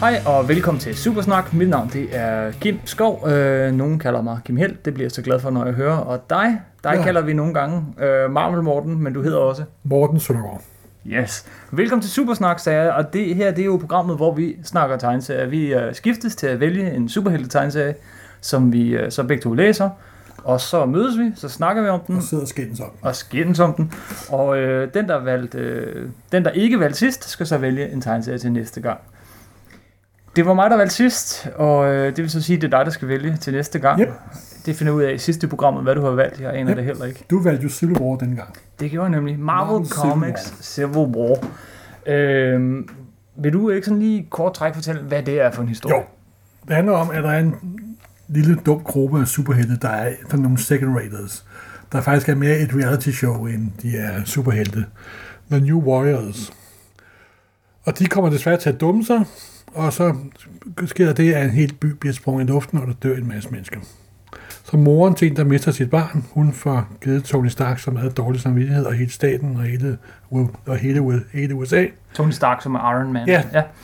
Hej og velkommen til Supersnak. Mit navn det er Kim Skov. Nogen kalder mig Kim Held. Det bliver jeg så glad for, når jeg hører. Og dig kalder vi nogle gange Marvel Morten, men du hedder også Morten Søndergaard. Yes. Velkommen til Supersnak, sagde jeg. Og det her det er jo programmet, hvor vi snakker tegneserier. Vi skiftes til at vælge en superhelte-tegneserie, som vi så begge to læser. Og så mødes vi, så snakker vi om den. Og sidder og skændes om den. Og den, der ikke valgte sidst, skal så vælge en tegneserie til næste gang. Det var mig, der valgte sidst, og det vil så sige, at det er dig, der skal vælge til næste gang. Yep. Det finder ud af i sidste programmet, hvad du har valgt. Jeg aner det heller ikke. Du valgte jo Civil War denne gang. Det gjorde jeg nemlig. Marvel Comics Civil War. Vil du ikke sådan lige kort træk fortælle, hvad det er for en historie? Jo, det handler om, at der er en lille dum gruppe af superhelte, der er sådan nogle second raters, der faktisk er mere et reality show, end de er superhelte. The New Warriors. Og de kommer desværre til at dumme sig, og så sker det, at en hel by bliver sprunget i luften, og der dør en masse mennesker. Så moren til en, der mister sit barn, hun får givet Tony Stark, som havde dårlig samvittighed, og hele staten og hele USA. Tony Stark, som er Iron Man. Ja.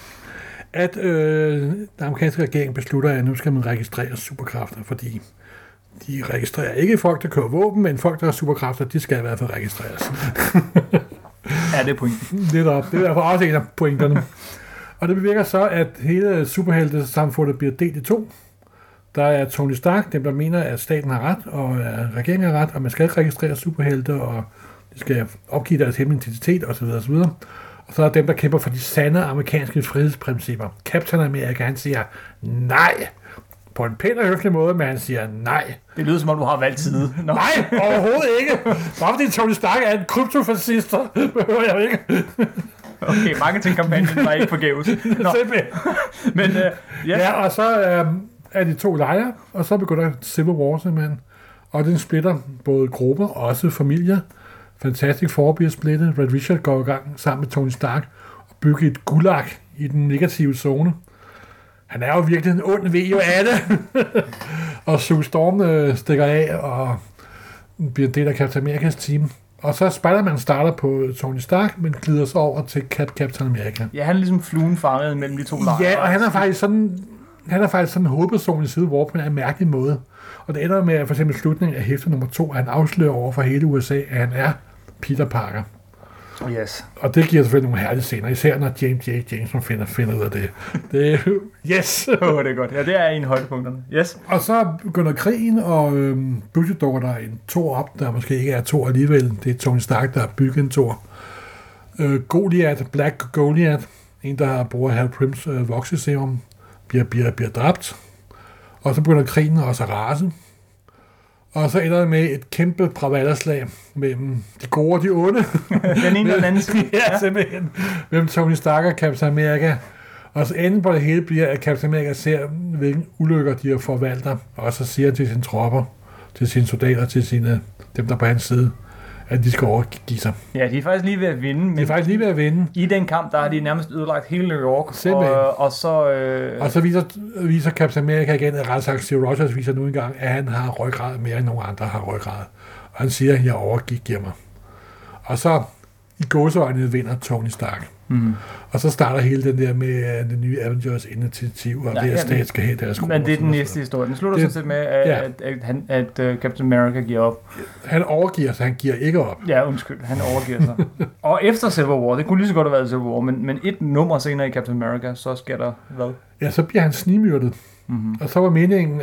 At den amerikanske regering beslutter, at nu skal man registrere superkræfter, fordi de registrerer ikke folk, der kører våben, men folk, der har superkræfter, de skal i hvert fald registreres. Ja, det er pointen. Det er derfor også en af pointerne. Og det bevirker så, at hele superheltesamfundet bliver delt i to. Der er Tony Stark, dem der mener, at staten har ret, og regeringen har ret, og man skal ikke registrere superhelte, og de skal opgive deres hemmelige identitet, osv. osv. Og så er dem, der kæmper for de sande amerikanske frihedsprincipper. Captain America, han siger nej. På en pæn og høflig måde, men han siger nej. Det lyder som om, du har valgt side. Nej, overhovedet ikke. Bare fordi Tony Stark er en kryptofascist, så behøver jeg ikke. Okay, marketingkampagnen var ikke forgæves. Men, ja, og så er de to lejre, og så begynder Civil War simpelthen. Og den splitter både grupper og også familier. Fantastic Four bliver splittet. Red Richard går i gang sammen med Tony Stark og bygger et gulag i den negative zone. Han er jo virkelig en ond ved jo af det. Og Sue Storm stikker af og bliver del af Captain Americas team. Og så Spider-Man starter på Tony Stark, men glider så over til Captain America. Ja, han er ligesom fluen fanget mellem de to lejre. Ja, og han er faktisk sådan en hovedperson i Civil War på en mærkelig måde. Og det ender med, at for eksempel slutningen af hæfte nummer 2, at han afslører over for hele USA, at han er Peter Parker. Yes. Og det giver selvfølgelig nogle herlige scener, især når James Jameson finder ud af det. Det yes! Det er godt. Ja, det er en af højdepunkterne. Yes. Og så begynder krigen, og pludselig dukker der en Thor op, der måske ikke er Thor alligevel. Det er Tony Stark, der har bygget en Thor. Goliath, Black Goliath, en der bruger Hal Prims vokseserum, bliver dræbt. Og så begynder krigen også at rase. Og så ender det med et kæmpe bravalderslag mellem de gode og de onde. Den ene og den anden side. Ja, simpelthen. Mellem Tony Stark og Captain America. Og så enden på det hele bliver, at Captain America ser, hvilke ulykker de har forvalter. Og så siger til sine tropper, til sine soldater, til dem der på hans side, at de skal overgive sig. Ja, de er faktisk lige ved at vinde. Men de er faktisk lige ved at vinde. I den kamp, der har de nærmest ødelagt hele New York. Og så viser Captain America igen, at ret sagt Steve Rogers viser nu engang, at han har ryggrad mere end nogen andre har ryggrad. Og han siger, at jeg overgiver mig. Og så i gåseøjne vinder Tony Stark. Mm. Og så starter hele den der med den nye Avengers initiativ, og hver stat skal have deres grupper. Men det er den næste historie. Den slutter sådan set med, at Captain America giver op. Han overgiver sig, han giver ikke op. Ja, undskyld, han overgiver sig. Og efter Civil War, det kunne lige så godt have været Civil War, men et nummer senere i Captain America, så sker der hvad? Ja, så bliver han snigmyrdet. Mm-hmm. Og så var meningen,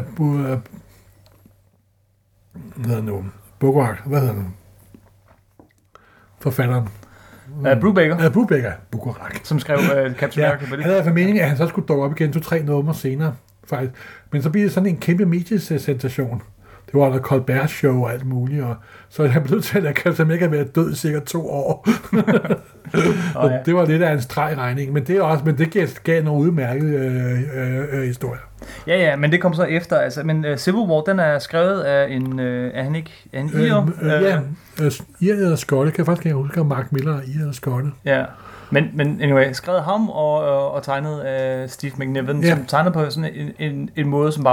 hvad hedder nu? Forfatteren. Brubaker. Bukarak. Som skrev Captain America på det. Han havde for meningen, at han så skulle dukke op igen 2-3 numre senere. Faktisk. Men så bliver det sådan en kæmpe mediesensation. Det var der Colbert Show og alt muligt. Og så han blev til, at Captain America være død i cirka 2 år. Det var lidt af en stregregning. Men det gav nogle udmærkede historier. Ja, men det kom så efter. Altså, men Civil War, den er skrevet af en irer? Irer eller skotte. Kan jeg faktisk ikke huske, om Mark Miller er irer eller skotte. Ja, men anyway, skrevet ham og tegnet af Steve McNiven, som tegnede på sådan en måde, som bare var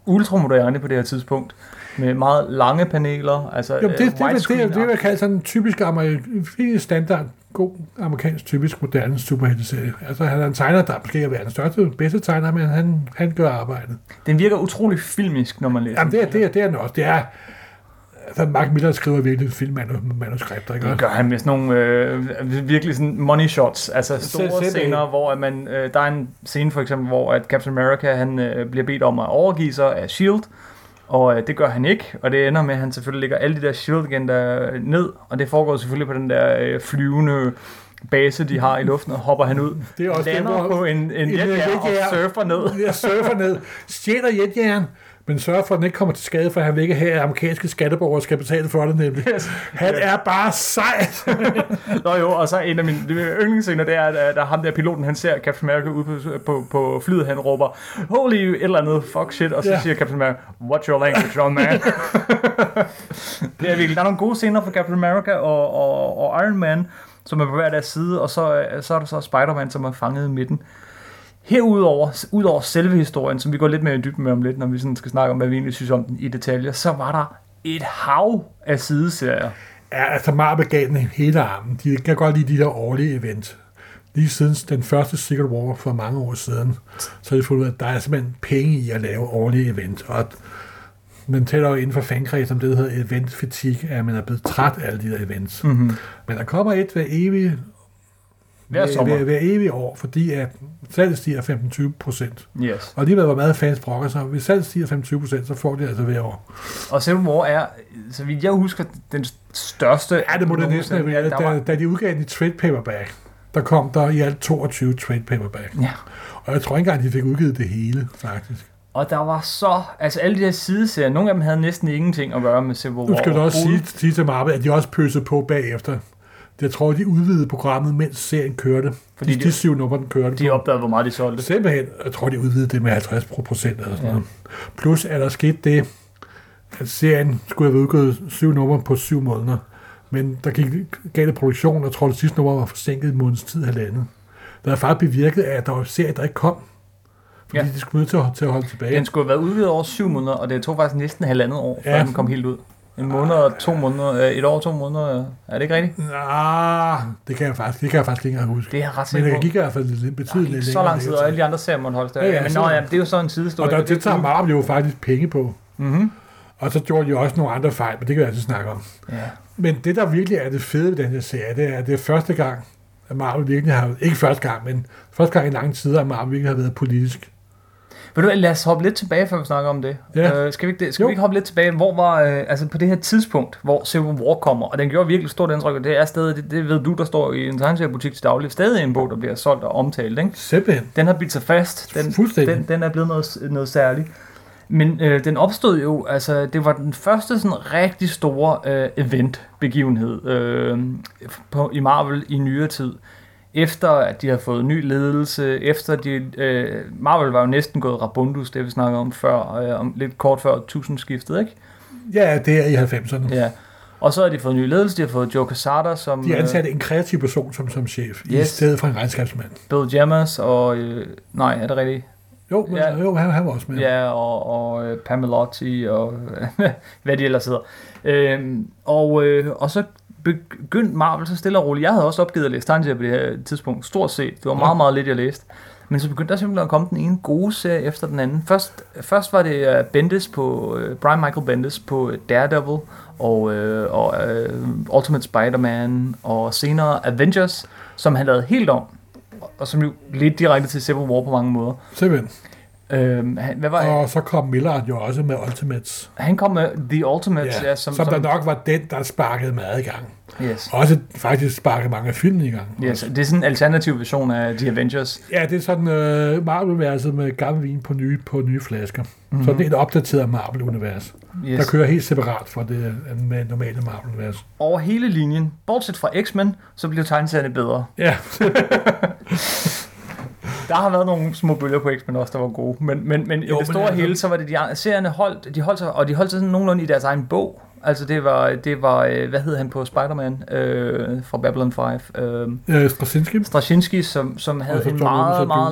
ultramoderne på det her tidspunkt, med meget lange paneler, altså det vil jeg kalde sådan en typisk standard, god amerikansk, typisk moderne superhelteserie. Altså han er en tegner, der måske er den største, bedste tegner, men han gør arbejdet. Den virker utrolig filmisk, når man læser. Jamen det er den også. Det er altså Mark Millar skriver virkelig filmmanuskripter, ikke? Det gør han med sådan nogle virkelig sådan money shots, altså store scener, hvor man, der er en scene for eksempel, hvor at Captain America han bliver bedt om at overgive sig af S.H.I.E.L.D., og det gør han ikke, og det ender med, at han selvfølgelig lægger alle de der S.H.I.E.L.D.-agenter ned, og det foregår selvfølgelig på den der flyvende base, de har i luften, og hopper han ud. Det er også lander på en jetjager og surfer ned. Ja, surfer ned. Stjæler jetjageren, men sørger for, at den ikke kommer til skade, for han vil ikke have, at amerikanske skatteborgere skal betale for det nemlig. Yes. Han er bare sejt. Nå jo, og så en af mine yndlingsscener, det er, at der ham der piloten, han ser Captain America ude på flyet, han råber, holy et eller andet, fuck shit, og så siger Captain America, what's your language, old man? Det er virkelig, der er nogle gode scener for Captain America og Iron Man, som er på hver deres side, og så er der så Spider-Man, som er fanget i midten. Udover selve historien, som vi går lidt mere i dybden med om lidt, når vi sådan skal snakke om, hvad vi egentlig synes om den i detaljer, så var der et hav af sideserier. Ja, altså Marvel gav den hele armen. De kan godt lide de der årlige event. Lige siden den første Secret War for mange år siden, så har de fundet ud af, at der er simpelthen penge i at lave årlige event. Og man tæller jo inden for fankreds, om det hedder event fatigue, at man er blevet træt af alle de der events. Mm-hmm. Men der kommer et hver evig år, fordi at salget stiger 15-20%. Yes. Og alligevel var meget fans brokker sig. Hvis salget stiger 15-20%, så får de altså hver år. Og Civil War er, så vidt jeg husker, den største... Ja, det må det næsten være. Da de udgav den i trade paperback, der kom der i alt 22 trade paperback. Ja. Og jeg tror ikke engang, de fik udgivet det hele, faktisk. Og der var så... Altså alle de her sideserier, nogle af dem havde næsten ingenting at gøre med Civil War. Nu skal du også sige til Marvel, at de også pøsede på bagefter. Jeg tror, de udvidede programmet, mens serien kørte. Fordi de 7 numre, den kørte. De opdagede, hvor meget de solgte. Simpelthen. Jeg tror, de udvidede det med 50% eller sådan noget. Plus er der sket det, at serien skulle have været udgået 7 numre på 7 måneder. Men der gik galt produktion, og jeg tror, det sidste nummer var forsinket en måneds tid, halvandet. Der er faktisk bevirket af, at der var serier, der ikke kom. Fordi de skulle nødt til at holde tilbage. Den skulle have været udgivet over 7 måneder, og det tog faktisk næsten halvandet år, før den kom helt ud. En måned og 2 måneder, et år og 2 måneder, er det ikke rigtigt? Nej, det kan jeg faktisk ikke engang huske. Det er ret sikkert. Men det gik i hvert fald lidt betydeligt længere. Så lang tid, og alle de andre serier måtte holde stadig. Men det er jo sådan en sidehistorie. Og det tager Marvel jo faktisk penge på. Mm-hmm. Og så gjorde de jo også nogle andre fejl, men det kan vi altid snakke om. Ja. Men det, der virkelig er det fede ved den her serie, det er, at det er første gang, at Marvel virkelig har, ikke første gang, men første gang i lang tid, at Marvel virkelig har været politisk. Vil du lad os hoppe lidt tilbage, før vi snakker om det. Ja. Skal vi ikke hoppe lidt tilbage? Hvor var, altså på det her tidspunkt, hvor Civil War kommer, og den gjorde virkelig stort indtryk, og det er stadig, det ved du, der står i en tegneseriebutik til daglig, stadig en bog, der bliver solgt og omtalt, ikke? Simpelthen. Den har bidt sig fast. Den er blevet noget særligt. Men den opstod jo, altså det var den første sådan rigtig store event-begivenhed i Marvel i nyere tid. Efter at de har fået ny ledelse, efter Marvel var jo næsten gået rabundus, det vi snakkede om før, lidt kort før 1000-skiftet, ikke? Ja, det er i 90'erne. Ja. Og så har de fået ny ledelse, de har fået Joe Quesada som... De ansatte en kreativ person som chef, i stedet for en regnskabsmand. Bill Jammers og... nej, er det rigtigt? Jo, han var også med. Ja, og Pamelotti og hvad de ellers hedder. Og så begyndte Marvel så stille og roligt. Jeg havde også opgivet at læse tegneserier på det her tidspunkt, stort set. Det var meget, meget lidt, jeg læste. Men så begyndte der simpelthen at komme den ene gode serie efter den anden. Først var det Brian Michael Bendis på Daredevil og Ultimate Spider-Man og senere Avengers, som han lavede helt om, og som jo lidt direkte til Civil War på mange måder. Simpelthen. Og så kom Millard jo også med Ultimates. Han kom med The Ultimates, som der nok var den, der sparkede meget i gang. Yes. Også faktisk sparkede mange film i gang. Yes. Det er sådan en alternativ version af The Avengers. Ja, det er sådan Marvel-universet med gammel vin på nye flasker. Mm-hmm. Så det er et opdateret Marvel-univers. Yes. Der kører helt separat fra det normale Marvel-univers. Over hele linjen, bortset fra X-Men, så blev tegneserierne bedre. Ja. Der har været nogle små bølger på X-Men også, der var gode. Men i det store hele, så var det serierne holdt sig sådan nogenlunde i deres egen bog. Altså det var hvad hed han på Spider-Man fra Babylon 5? Straczynski, som havde en meget, meget lang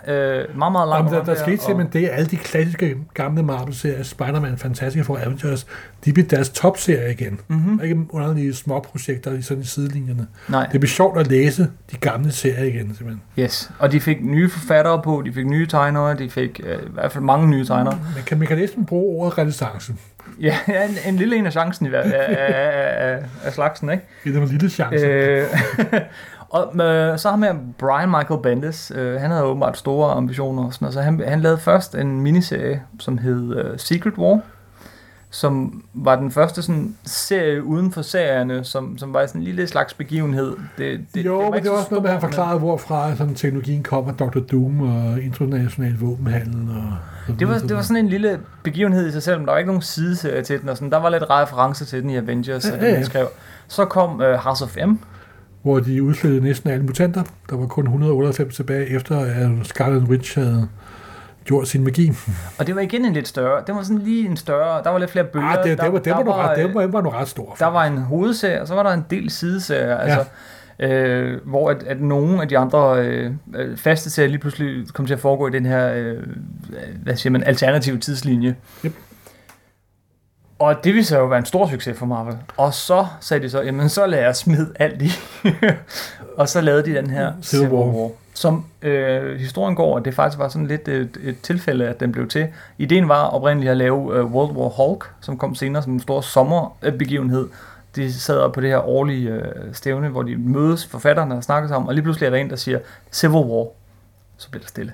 meget, meget langt. Der skete simpelthen det, at alle de klassiske gamle Marvel-serier, Spider-Man, Fantastic Four, Avengers, de blev deres topserie igen. Mm-hmm. Ikke underlige små projekter i sådan i sidelinjerne. Nej. Det blev sjovt at læse de gamle serier igen, simpelthen. Yes, og de fik nye forfattere på, de fik nye tegnere, de fik i hvert fald mange nye tegnere. Man kan næsten bruge ordet renæssance. Ja, en lille en af chancen af slagsen, ikke? Det er en lille chance. Og så har man Brian Michael Bendis, han havde åbenbart store ambitioner og sådan noget, så han lavede først en miniserie, som hed Secret War, som var den første sådan serie uden for serierne, som var sådan en lille slags begivenhed. Men det var også noget med, at han forklarede, hvorfra sådan teknologien kommer, Dr. Doom og international våbenhandel. Og det var sådan en lille begivenhed i sig selv, men der var ikke nogen sideserie til den, og sådan. Der var lidt referencer til den i Avengers, den skrev. Så kom House of M, hvor de udslettede næsten alle mutanter. Der var kun 198 tilbage, efter at Scarlet Witch havde gjort sin magi. Og det var igen en lidt større. Det var sådan lige en større. Der var lidt flere bølger. Det var nu ret stor. Der var en hovedserie, og så var der en del sideserier. Altså, hvor at nogle af de andre faste serier lige pludselig kom til at foregå i den her alternative tidslinje. Yep. Og det ville så jo være en stor succes for Marvel. Og så sagde de så, jamen så lad os smide alt i. Og så lavede de den her Civil War. Som historien går, og det faktisk var sådan lidt et tilfælde, at den blev til. Ideen var oprindeligt at lave World War Hulk, som kom senere som en stor sommerbegivenhed. De sad op på det her årlige stævne, hvor de mødes, forfatterne, og snakker sammen, og lige pludselig er der en, der siger Civil War. Så bliver der stille.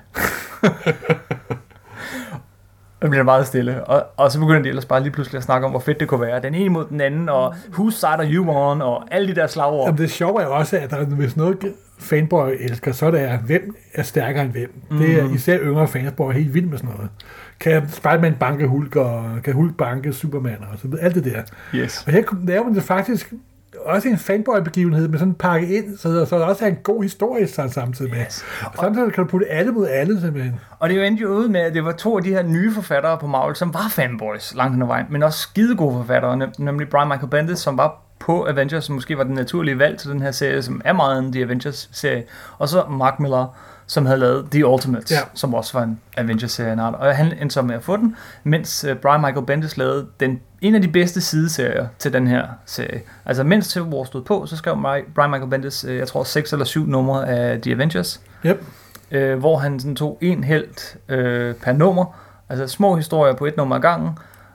Det bliver meget stille, og så begynder de ellers bare lige pludselig at snakke om, hvor fedt det kunne være. Den ene mod den anden, og whose side are you on, og alle de der slagord. Jamen det sjove er jo også, at hvis noget fanboy elsker, så er det, hvem er stærkere end hvem. Det er især yngre fanboy helt vildt med sådan noget. Kan Spider-Man banke Hulk, og kan Hulk banke Superman, og så alt det der. Yes. Og her laver man det faktisk også en fanboy-begivenhed med sådan en pakke ind, så der også er en god historie samtidig med. Yes. Og samtidig kan du putte alle mod alle, simpelthen. Og det endte jo ud med, at det var 2 af de her nye forfattere på Marvel, som var fanboys langt hen ad vejen, men også skidegode forfattere, nemlig Brian Michael Bendis, som var på Avengers, som måske var den naturlige valg til den her serie, som er meget en The Avengers-serie, og så Mark Millar, som havde lavet The Ultimates, som også var en Avengers-serie. Og han endte så med at få den, mens Brian Michael Bendis lavede en af de bedste sideserier til den her serie. Altså mens Civil War stod på, så skrev Brian Michael Bendis, jeg tror 6 eller 7 numre af The Avengers, hvor han sådan tog en helt per nummer, altså små historier på et nummer ad gangen,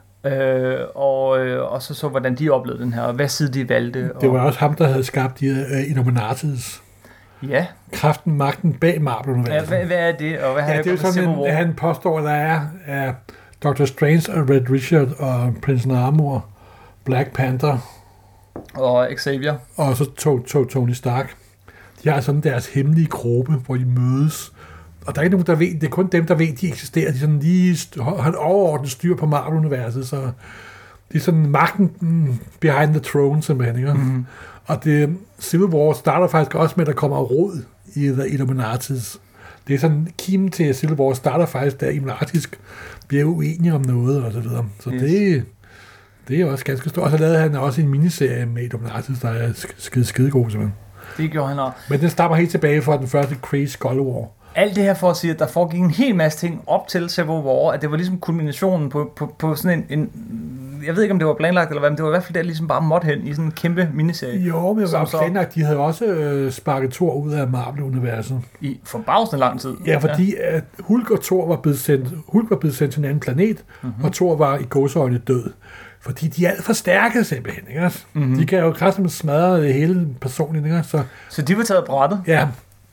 og så hvordan de oplevede den her, og hvad side de valgte. Det var også ham, der havde skabt de Illuminatis. Ja. Kraften, magten bag Marvel-universet. Ja, hvad er det, og hvad har det er jo sådan, at han påstår, at der er Dr. Strange og Red Richard og Prince Namor, Black Panther og Xavier. Og så Tony Stark. De har sådan deres hemmelige gruppe, hvor de mødes. Og der er ikke nogen, der ved, det er kun dem, der ved, de eksisterer. De sådan lige har et overordnet styr på Marvel-universet, så det er sådan magten behind the throne, simpelthen, ikke? Mm-hmm. Og det Civil War starter faktisk også med, at der kommer rod i The Illuminatis. Det er sådan, kimen til Civil War starter faktisk, da Illuminatis bliver uenige om noget, og så videre. Så yes. Det er også ganske stort. Og så lavede han også en miniserie med Illuminatis, der er skidegod, simpelthen. Det gjorde han også. Men den stammer helt tilbage fra den første Crazy Skull War. Alt det her for at sige, at der foregik en hel masse ting op til Civil War, at det var ligesom kulminationen på sådan en jeg ved ikke, om det var planlagt eller hvad, men det var i hvert fald der ligesom bare måtte hen i sådan en kæmpe miniserie. Jo, men det var planlagt. De havde også sparket Thor ud af Marvel-universet. I forbavsende lang tid. Ja, fordi at Hulk og Thor var blevet sendt til en anden planet, og Thor var i gåseøjne død. Fordi de er alt for stærke, simpelthen, ikke? Mm-hmm. De kan jo kraftigt smadre det hele personligt, ikke? Så de var taget brættet? Ja.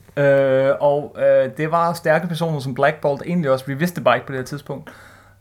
Det var stærke personer som Black Bolt egentlig også. Vi vidste bare ikke på det her tidspunkt.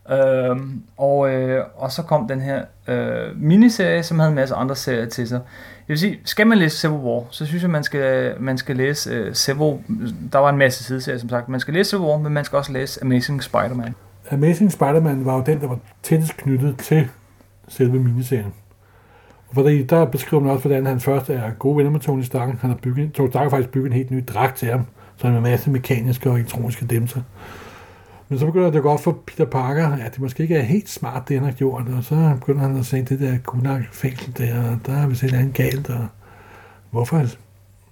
Og så kom den her miniserie, som havde en masse andre serier til sig. Jeg vil sige, skal man læse Civil War, så synes jeg, man skal læse Civil. Der var en masse sideserier, som sagt. Man skal læse Civil War, men man skal også læse Amazing Spider-Man. Amazing Spider-Man var jo den, der var tættest knyttet til selve miniserien. Og fordi der beskriver man også, hvordan han først er gode venner med Tony Stark. Tony Stark har faktisk bygget en helt ny dragt til ham, så han har en masse mekaniske og elektroniske dæmser. Men så begynder det at gå op for Peter Parker, at det måske ikke er helt smart, det han har gjort, og så begynder han at se det der Gulag-fængsel der, og der er vist et eller andet galt, og hvorfor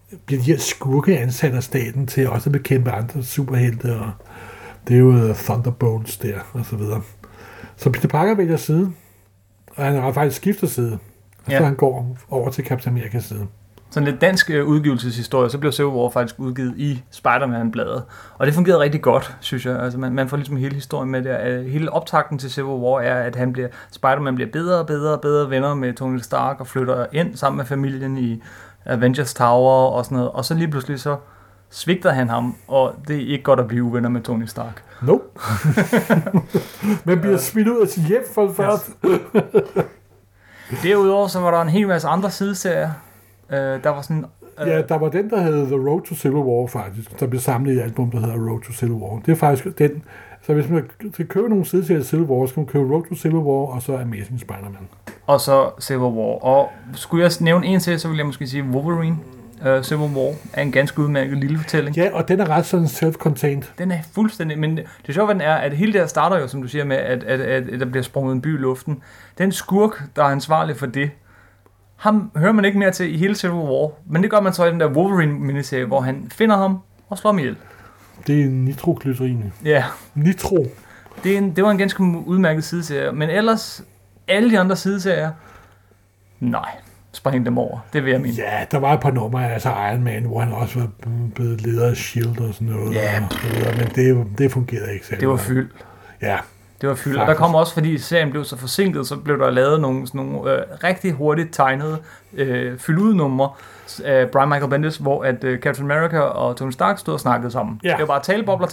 bliver de her skurke ansat af staten til også at bekæmpe andre superhelte, og det er jo Thunderbolts der, og så videre. Så Peter Parker vælger side, og han har faktisk skiftet side, og så han går over til Captain Amerikas side. Sådan lidt dansk udgivelseshistorie, så blev Civil War faktisk udgivet i Spider-Man-bladet. Og det fungerede rigtig godt, synes jeg. Altså man får ligesom hele historien med det. Hele optakten til Civil War er, at Spider-Man bliver bedre og bedre og bedre venner med Tony Stark og flytter ind sammen med familien i Avengers Tower og sådan noget. Og så lige pludselig så svigter han ham, og det er ikke godt at blive uvenner med Tony Stark. Nope. Man bliver smidt ud af sit hjem for det første. Derudover så var der en hel masse andre sideserier. Der var sådan... Ja, der var den, der hed The Road to Civil War, faktisk. Der blev samlet i et album, der hedder Road to Civil War. Det er faktisk den... Så hvis man skal købe nogle sideserier til Civil War, så kan man købe Road to Civil War, og så Amazing Spider-Man. Og så Civil War. Og skulle jeg nævne en til, så vil jeg måske sige Wolverine. Civil War er en ganske udmærket lille fortælling. Ja, og den er ret sådan self-contained. Den er fuldstændig... Men det sjove den er, at hele det her starter jo, som du siger, med, at der bliver sprunget en by i luften. Den skurk, der er ansvarlig for det, ham hører man ikke mere til i hele Civil War, men det gør man så i den der Wolverine-miniserie, hvor han finder ham og slår ham ihjel. Det er nitroglycerin. Ja. Nitro. Det var en ganske udmærket sideserie, men ellers, alle de andre sideserier, nej, spring dem over, det vil jeg mene. Ja, der var et par numre, altså Iron Man, hvor han også var blevet leder af S.H.I.E.L.D. og sådan noget. Ja. Men det fungerede ikke selv. Det var fyld. Ja. Det var fyldt. Og der kom også, fordi serien blev så forsinket, så blev der lavet nogle rigtig hurtigt tegnede fyld-ud-numre af Brian Michael Bendis, hvor at Captain America og Tony Stark stod og snakkede sammen. Ja. Det var bare talebobler.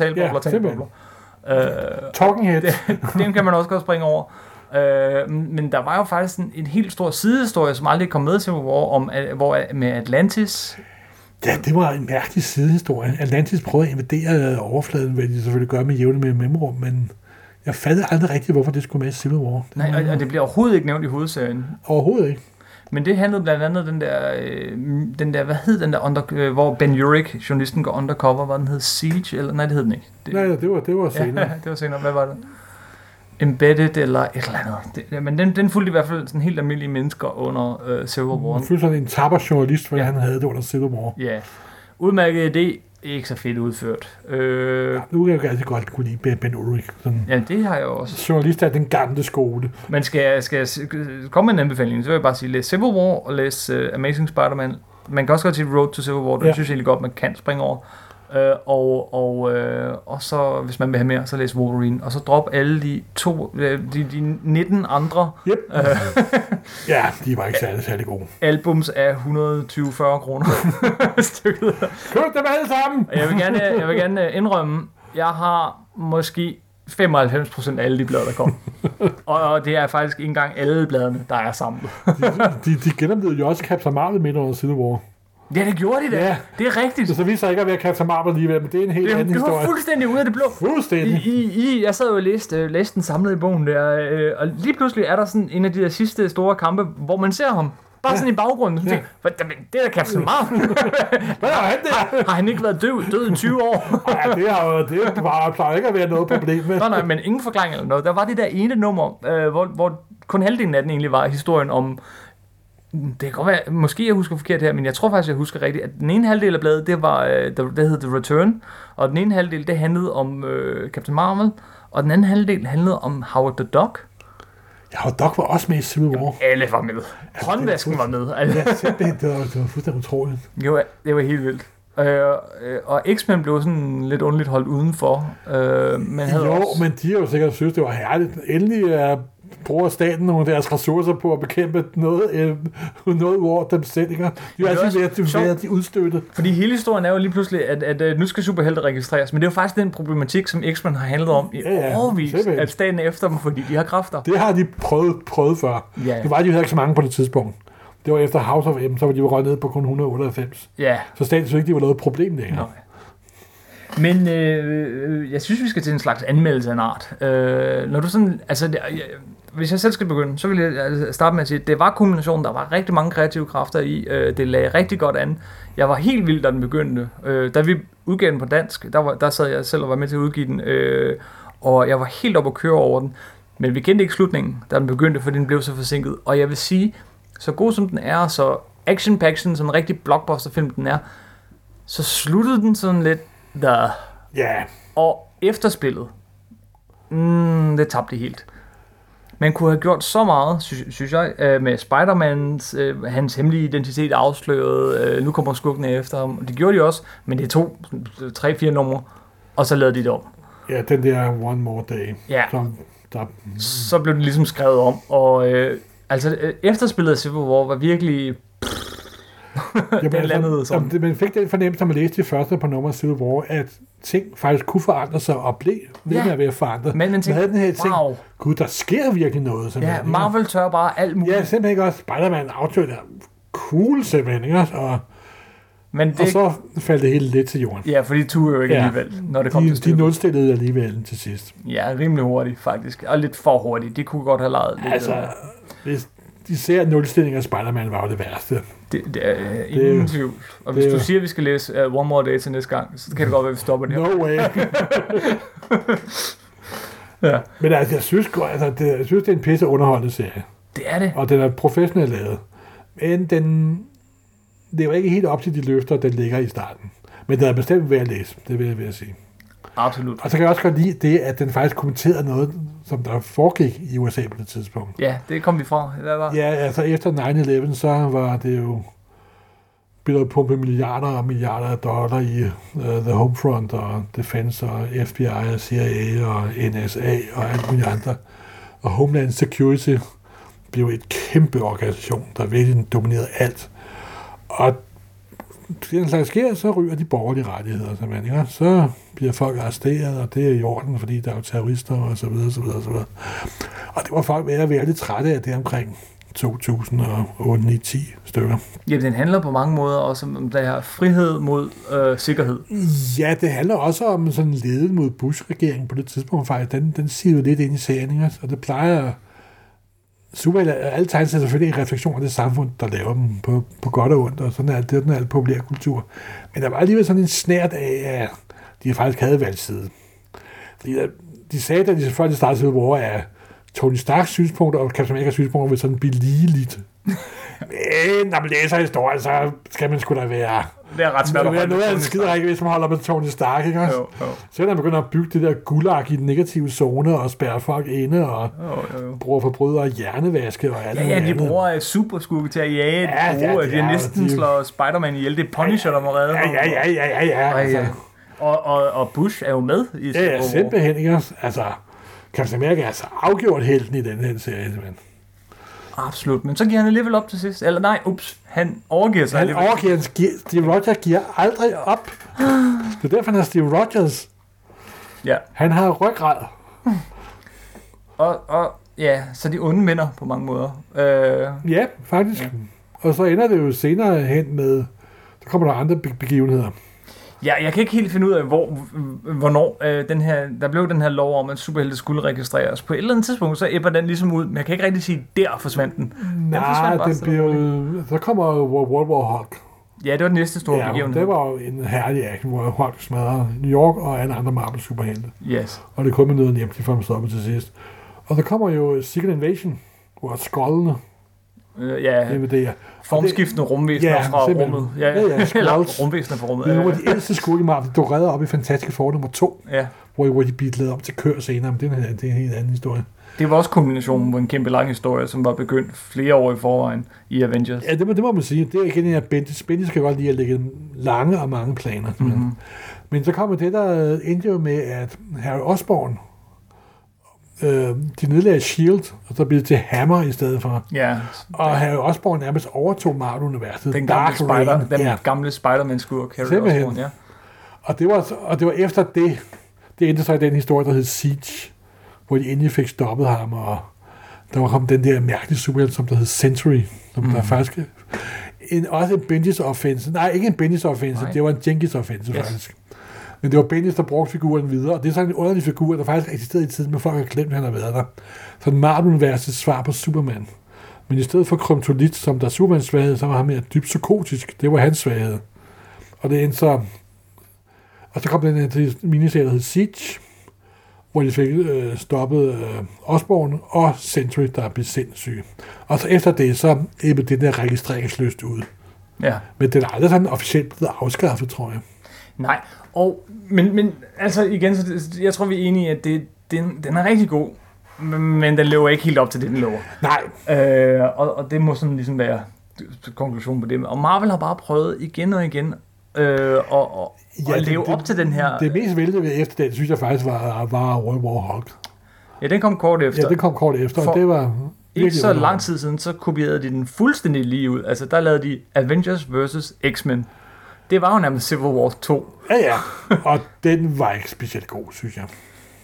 Talking Head. Den kan man også godt springe over. Men der var jo faktisk en helt stor sidehistorie, som aldrig kom med til med Atlantis. Ja, det var en mærkelig sidehistorie. Atlantis prøvede at invadere overfladen, hvad de selvfølgelig gør med jævne med mellemrum, men jeg fattede aldrig rigtigt, hvorfor det skulle med i Civil War. Nej, og det bliver overhovedet ikke nævnt i hovedserien. Overhovedet ikke. Men det handlede blandt andet den der hvad hed den der, hvor Ben Urich, journalisten, går undercover, hvad den hed, Siege, eller nej, det hed den ikke. Nej, det var senere. Ja, det var senere. Hvad var det? Embedded eller et eller andet. Men den fulgte i hvert fald sådan helt almindelige mennesker under Civil War. Han fulgte sådan en tapperjournalist, hvor han havde det under Civil War. Ja. Udmærket idé. Ikke så fedt udført. Nu kan jeg altid godt kunne lide Ben Urich. Ja, det har jeg også. Journalist af den gamle skole. Men skal jeg komme med en anbefaling, så vil jeg bare sige, læs Civil War og læs Amazing Spider-Man. Man kan også godt sige Road to Civil War, det synes jeg egentlig godt, man kan springe over. Og så, hvis man vil have mere, så læs Wolverine. Og så drop alle de 19 andre ja, de var ikke særlig gode. Albums af 120-40 kroner stykket. Køb dem alle sammen! Jeg vil gerne indrømme, jeg har måske 95% af alle de blade, der kom. og det er faktisk ikke engang alle bladene, der er samlet. de gennemlevede jo også Captain Marvel midt under Civil War. Ja, det gjorde de da. Ja. Det er rigtigt. Så viser ikke at være Captain Marvel alligevel, men det er en helt anden historie. Det var fuldstændig ude af det blå. Fuldstændig. Jeg sad jo og læste den samlede i bogen der, og lige pludselig er der sådan en af de der sidste store kampe, hvor man ser ham. Bare sådan i baggrunden. Så tænker, det er da Captain Marvel. Hvad er han der? Har han ikke været død i 20 år? Ja, det plejer ikke at være noget problem med. Nej, men ingen forklaring eller noget. Der var det der ene nummer, hvor kun halvdelen af den egentlig var historien om. Det kan godt være, måske jeg husker forkert her, men jeg tror faktisk, jeg husker rigtigt, at den ene halvdel af bladet, det var, det hed The Return, og den ene halvdel, det handlede om Captain Marvel, og den anden halvdel handlede om Howard the Duck. Ja, Howard the Duck var også med i Civil War. Alle var med. Håndvasken var med. Ja, simpelthen, det var fuldstændig utroligt. Jo, det var helt vildt. Og X-Men blev sådan lidt underligt holdt udenfor. Men men de har jo sikkert synes, det var herligt. Endelig bruger staten nogle af deres ressourcer på at bekæmpe noget over dem selv. De er altid ved at de udstøtte. Fordi hele historien er jo lige pludselig, at nu skal superhelte registreres, men det er jo faktisk den problematik, som X-Men har handlet om i årevis, at staten er efter dem, fordi de har kræfter. Det har de prøvet før. Ja. Det var de jo ikke så mange på det tidspunkt. Det var efter House of M, så var de jo røget ned på kun 198. Ja. Så staten synes ikke, de var noget problem der. Nej. Men jeg synes, vi skal til en slags anmeldelse af en art. Når du sådan, altså, hvis jeg selv skal begynde, så vil jeg starte med at sige, at det var kombinationen, der var rigtig mange kreative kræfter i. Det lagde rigtig godt an. Jeg var helt vild, da den begyndte. Da vi udgav den på dansk, der sad jeg selv og var med til at udgive den, og jeg var helt oppe at køre over den. Men vi kendte ikke slutningen, da den begyndte, fordi den blev så forsinket. Og jeg vil sige, så god som den er, så action-paction, som en rigtig blockbuster-film den er, så sluttede den sådan lidt der. Ja. Og efterspillet, det tabte helt. Man kunne have gjort så meget, synes jeg, med Spider-Mans, hans hemmelige identitet afsløret, nu kommer skurkene efter ham. Det gjorde de også, men det tog 3-4 numre, og så lavede de det om. Ja, den der One More Day. Ja. Så blev det ligesom skrevet om, og efterspillet af Civil War var virkelig... Jamen, man fik den fornemmelse, når man læste de første par numre af Civil War, at ting faktisk kunne forandre sig og blev ved med at være forandret. Men man havde den her ting, wow. Gud, der sker virkelig noget. Ja, Marvel tør bare alt muligt. Ja, simpelthen ikke også. Spider-Man aftøj der cool simpelthen, ikke også? Og så faldt det hele lidt til jorden. Ja, for de turde jo ikke alligevel, når det kom til stykket. De nulstillede alligevel til sidst. Ja, rimelig hurtigt faktisk. Og lidt for hurtigt. De kunne godt have lejet lidt. Altså, hvis de ser nulstillinger af Spider-Man var jo det værste. Det er ingen tvivl. Og hvis du siger, at vi skal læse One More Day til næste gang, så kan det godt være, at vi stopper det her. No way. Ja. Men altså, jeg synes, det er en pisse underholdende serie. Det er det. Og den er professionelt lavet. Men det er jo ikke helt op til de løfter, den ligger i starten. Men den er bestemt værd at læse, det vil jeg sige. Absolut. Og så kan jeg også godt lide det, at den faktisk kommenterede noget, som der foregik i USA på det tidspunkt. Ja, det kom vi fra. Hvad var? Ja, altså efter 9/11, så var det jo blevet pumpet milliarder og milliarder af dollar i The Homefront og Defense og FBI og CIA og NSA og alt muligt andre. Og Homeland Security blev et kæmpe organisation, der virkelig dominerede alt. Og det slags sker, så ryger de borgerlige rettigheder, simpelthen. Så bliver folk arresteret, og det er i orden, fordi der er jo terrorister og så videre, så videre, så videre. Og det var folk ved at være lidt trætte af det omkring 2008, 9, 10 stykker. Ja, den handler på mange måder også om der her frihed mod sikkerhed. Ja, det handler også om sådan ledet mod Bush-regeringen på det tidspunkt faktisk. Den siger jo lidt ind i serien, og det plejer alle tegner selvfølgelig en refleksion af det samfund, der laver dem på godt og ondt, og sådan er det den populærkultur. Men der var alligevel sådan en snært af, at de faktisk havde valgt side. Fordi de sagde, da de selvfølgelig startede Civil War, at Tony Starks synspunkter og Captain America's synspunkter vil sådan blive ligeligt. Men når man læser historien, så skal man sgu da være... Det er ret svært at holde noget af en skiderække, hvis man holder med Tony Stark, ikke også? Jo. Så er der begynder at bygge det der gulag i den negative zone og spærre folk inde og bruger forbrydere hjерnevaske og alt andet. Ja, de bruger superskurke til at jage. De næsten slår Spider-Man ihjel. Det er Punisher, der må redde ham. Ja. Altså. Og Bush er jo med i Civil War. Ja, simpelthen, ikke også? Altså, Captain America er altså afgjort helten i den her serie, simpelthen. Absolut, men så giver han alligevel op til sidst. Eller nej, han overgiver sig alligevel. Steve Rogers giver aldrig op. Det er derfor, han er Steve Rogers. Ja. Han har ryggrad. Og ja, så de onde mænd på mange måder. Ja, faktisk. Ja. Og så ender det jo senere hen med, der kommer der andre begivenheder. Ja, jeg kan ikke helt finde ud af, hvornår der blev den her lov om, at superhelte skulle registreres. På et eller andet tidspunkt, så æbber den ligesom ud, men jeg kan ikke rigtig sige, der forsvandt den. Nej, den blev... Så kommer World War Hulk. Ja, det var den næste store begivenhed. Det var jo en herlig action, hvor Hulk smadrer New York og alle andre Marvel-superhelte. Yes. Og det kom med noget nemt, de får dem stoppet til sidst. Og så kommer jo Secret Invasion, hvor skoldene invaderer. Formskiftende rumvæsener fra rummet. Eller rumvæsener fra rummet. Det er nogle af de ældste skurke Marvel, der redder op i Fantastic Four nummer 2, hvor de bliver lavet op til kør senere, men det er en helt anden historie. Det var også kombinationen på en kæmpe lang historie, som var begyndt flere år i forvejen i Avengers. Ja, det må man sige. Det er igen en af Bendis skal godt lide at lægge lange og mange planer. Mm-hmm. Men så kommer det, der endte jo med, at Harry Osborn, de nedlagde S.H.I.E.L.D., og så blev det til Hammer i stedet for. Ja. Og Harry Osborn nærmest overtog Marvel-universet. Den gamle Spider-Man-skurk, Harry Osborn, ja. Og det var efter det endte så i den historie, der hed Siege, hvor de endelig fik stoppet ham, og der var kommet den der mærkelige superhelt, som der hed Century, som der faktisk... også en Bendis-offensive. Nej, ikke en Bendis-offensive, det var en Jenkins-offensive faktisk. Men det var Bendis, der brugte figuren videre, og det er sådan en underlig figur, der faktisk eksisterede i tiden, men folk har glemt, at han har været der. Så en Marvel-universets svar på Superman. Men i stedet for kryptonit, som der er Supermans svaghed, så var han mere dybt psykotisk. Det var hans svaghed. Og det endte så... Og så kom den her miniserie, der hed Siege, hvor de fik stoppet Osborn og Sentry, der blev sindssyge. Og så efter det, så æbbede det der registreringsløst ud. Ja. Men den er aldrig sådan officielt blevet afskaffet, tror jeg. Nej, men altså igen, så jeg tror, vi er enige i, at den er rigtig god, men den lever ikke helt op til det, den lover. Nej. Og det må sådan ligesom være konklusionen på det. Og Marvel har bare prøvet igen og igen at leve op til den her... Det mest vældige efter den, synes jeg faktisk, var World War Hulk. Ja, den kom kort efter. Ja, den kom kort efter, og det var... Ikke så lang tid siden, så kopierede de den fuldstændig lige ud. Altså, der lavede de Avengers vs. X-Men. Det var jo nærmest Civil War 2. Ja, og den var ikke specielt god, synes jeg.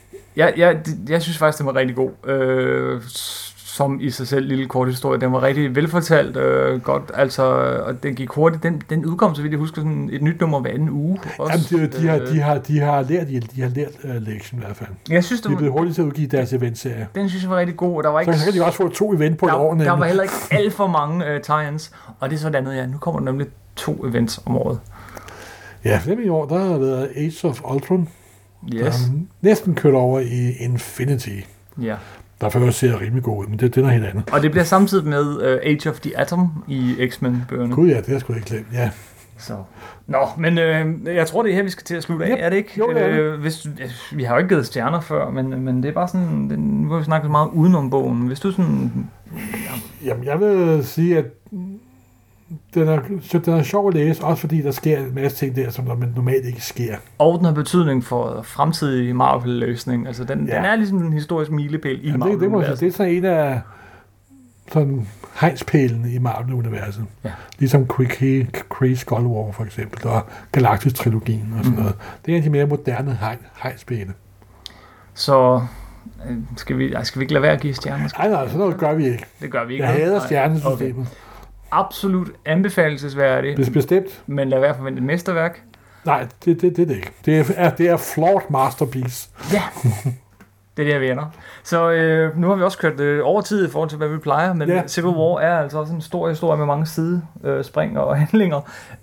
Jeg synes faktisk, den var rigtig god. Som i sig selv lille kort historie. Den var rigtig velfortalt. Godt, altså, og den gik hurtigt. Den udkom, så vidt jeg husker, sådan et nyt nummer hver anden uge. Også, jamen, de har lært lektion i hvert fald. Jeg synes, de er blevet hurtigt til at udgive deres eventserie. Den synes jeg var rigtig god. Og der var ikke, så kan de også få 2 event på et år. Der var heller ikke alt for mange tie-ins. Og det er sådan andet, nu kommer der nemlig 2 events om året. Ja, for i år, der har været Age of Ultron. Yes. Der næsten kørt over i Infinity. Ja. Der først ser rimelig god ud, men det er noget helt andet. Og det bliver samtidig med Age of the Atom i X-Men-bøgerne. Gud ja, det har sgu ikke glemt, ja. Så. Nå, men jeg tror, det er her, vi skal til at slutte af, er det ikke? Jo, det vi har jo ikke givet stjerner før, men det er bare sådan, nu har vi snakket så meget udenom bogen. Hvis du sådan... Ja. Jamen, jeg vil sige, at den er sjov at læse, også fordi der sker en masse ting der, som der normalt ikke sker. Og den har betydning for fremtidig Marvel-løsning. Altså, den er ligesom en historisk milepæl i Marvel. Det er sådan en af sådan hegnspælene i Marvel-universet. Ja. Ligesom Kree Skull War for eksempel, og Galactus-trilogien og sådan noget. Det er en af de mere moderne hegnspæle. Så skal vi ikke lade være at give stjerner? Nej, sådan noget gør vi ikke. Det gør vi ikke. Jeg hader stjernesystemet. Okay. Absolut anbefalelsesværdigt. Bestemt. Men lad være forvente et mesterværk. Nej, det er det ikke. Det er flawed masterpiece. Ja, det er det, jeg mener. Så nu har vi også kørt over tid i forhold til, hvad vi plejer, men Civil War er altså også en stor historie med mange sidespring og handlinger.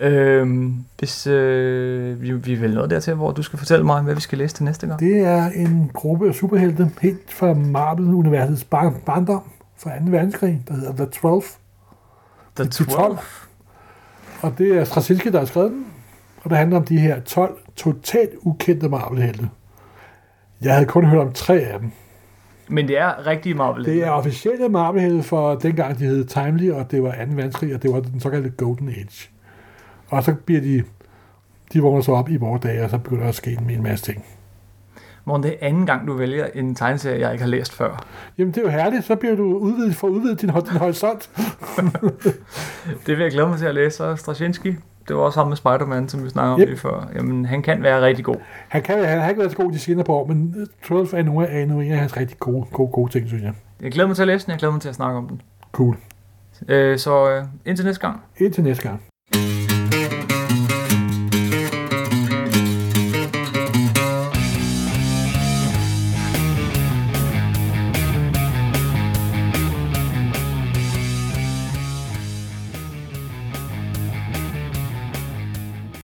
Hvis vi er vel nået dertil, hvor du skal fortælle mig, hvad vi skal læse til næste gang. Det er en gruppe af superhelte, helt fra Marvel-universets barndom fra 2. verdenskrig, der hedder The 12. The 12. Og det er Straczynski, der har skrevet den. Og det handler om de her 12 totalt ukendte Marvel-helte. Jeg havde kun hørt om 3 af dem. Men det er rigtige Marvel-helte. Det er officielle Marvel-helte for dengang, de hed Timely, og det var 2. verdenskrig, og det var den såkaldte Golden Age. Og så bliver de vågner så op i vores dage, og så begynder der at ske en masse ting. Morten, det er anden gang, du vælger en tegneserie, jeg ikke har læst før. Jamen, det er jo herligt. Så bliver du udvidet din horisont. Det vil jeg glæde mig til at læse. Så Straczynski, det var også ham med Spider-Man, som vi snakkede om lige før. Jamen, han kan være rigtig god. Han har ikke været så god de senere på år, men 12 er en af hans rigtig gode ting, synes jeg. Jeg glæder mig til at læse den, jeg glæder mig til at snakke om den. Cool. Så indtil næste gang. Indtil næste gang.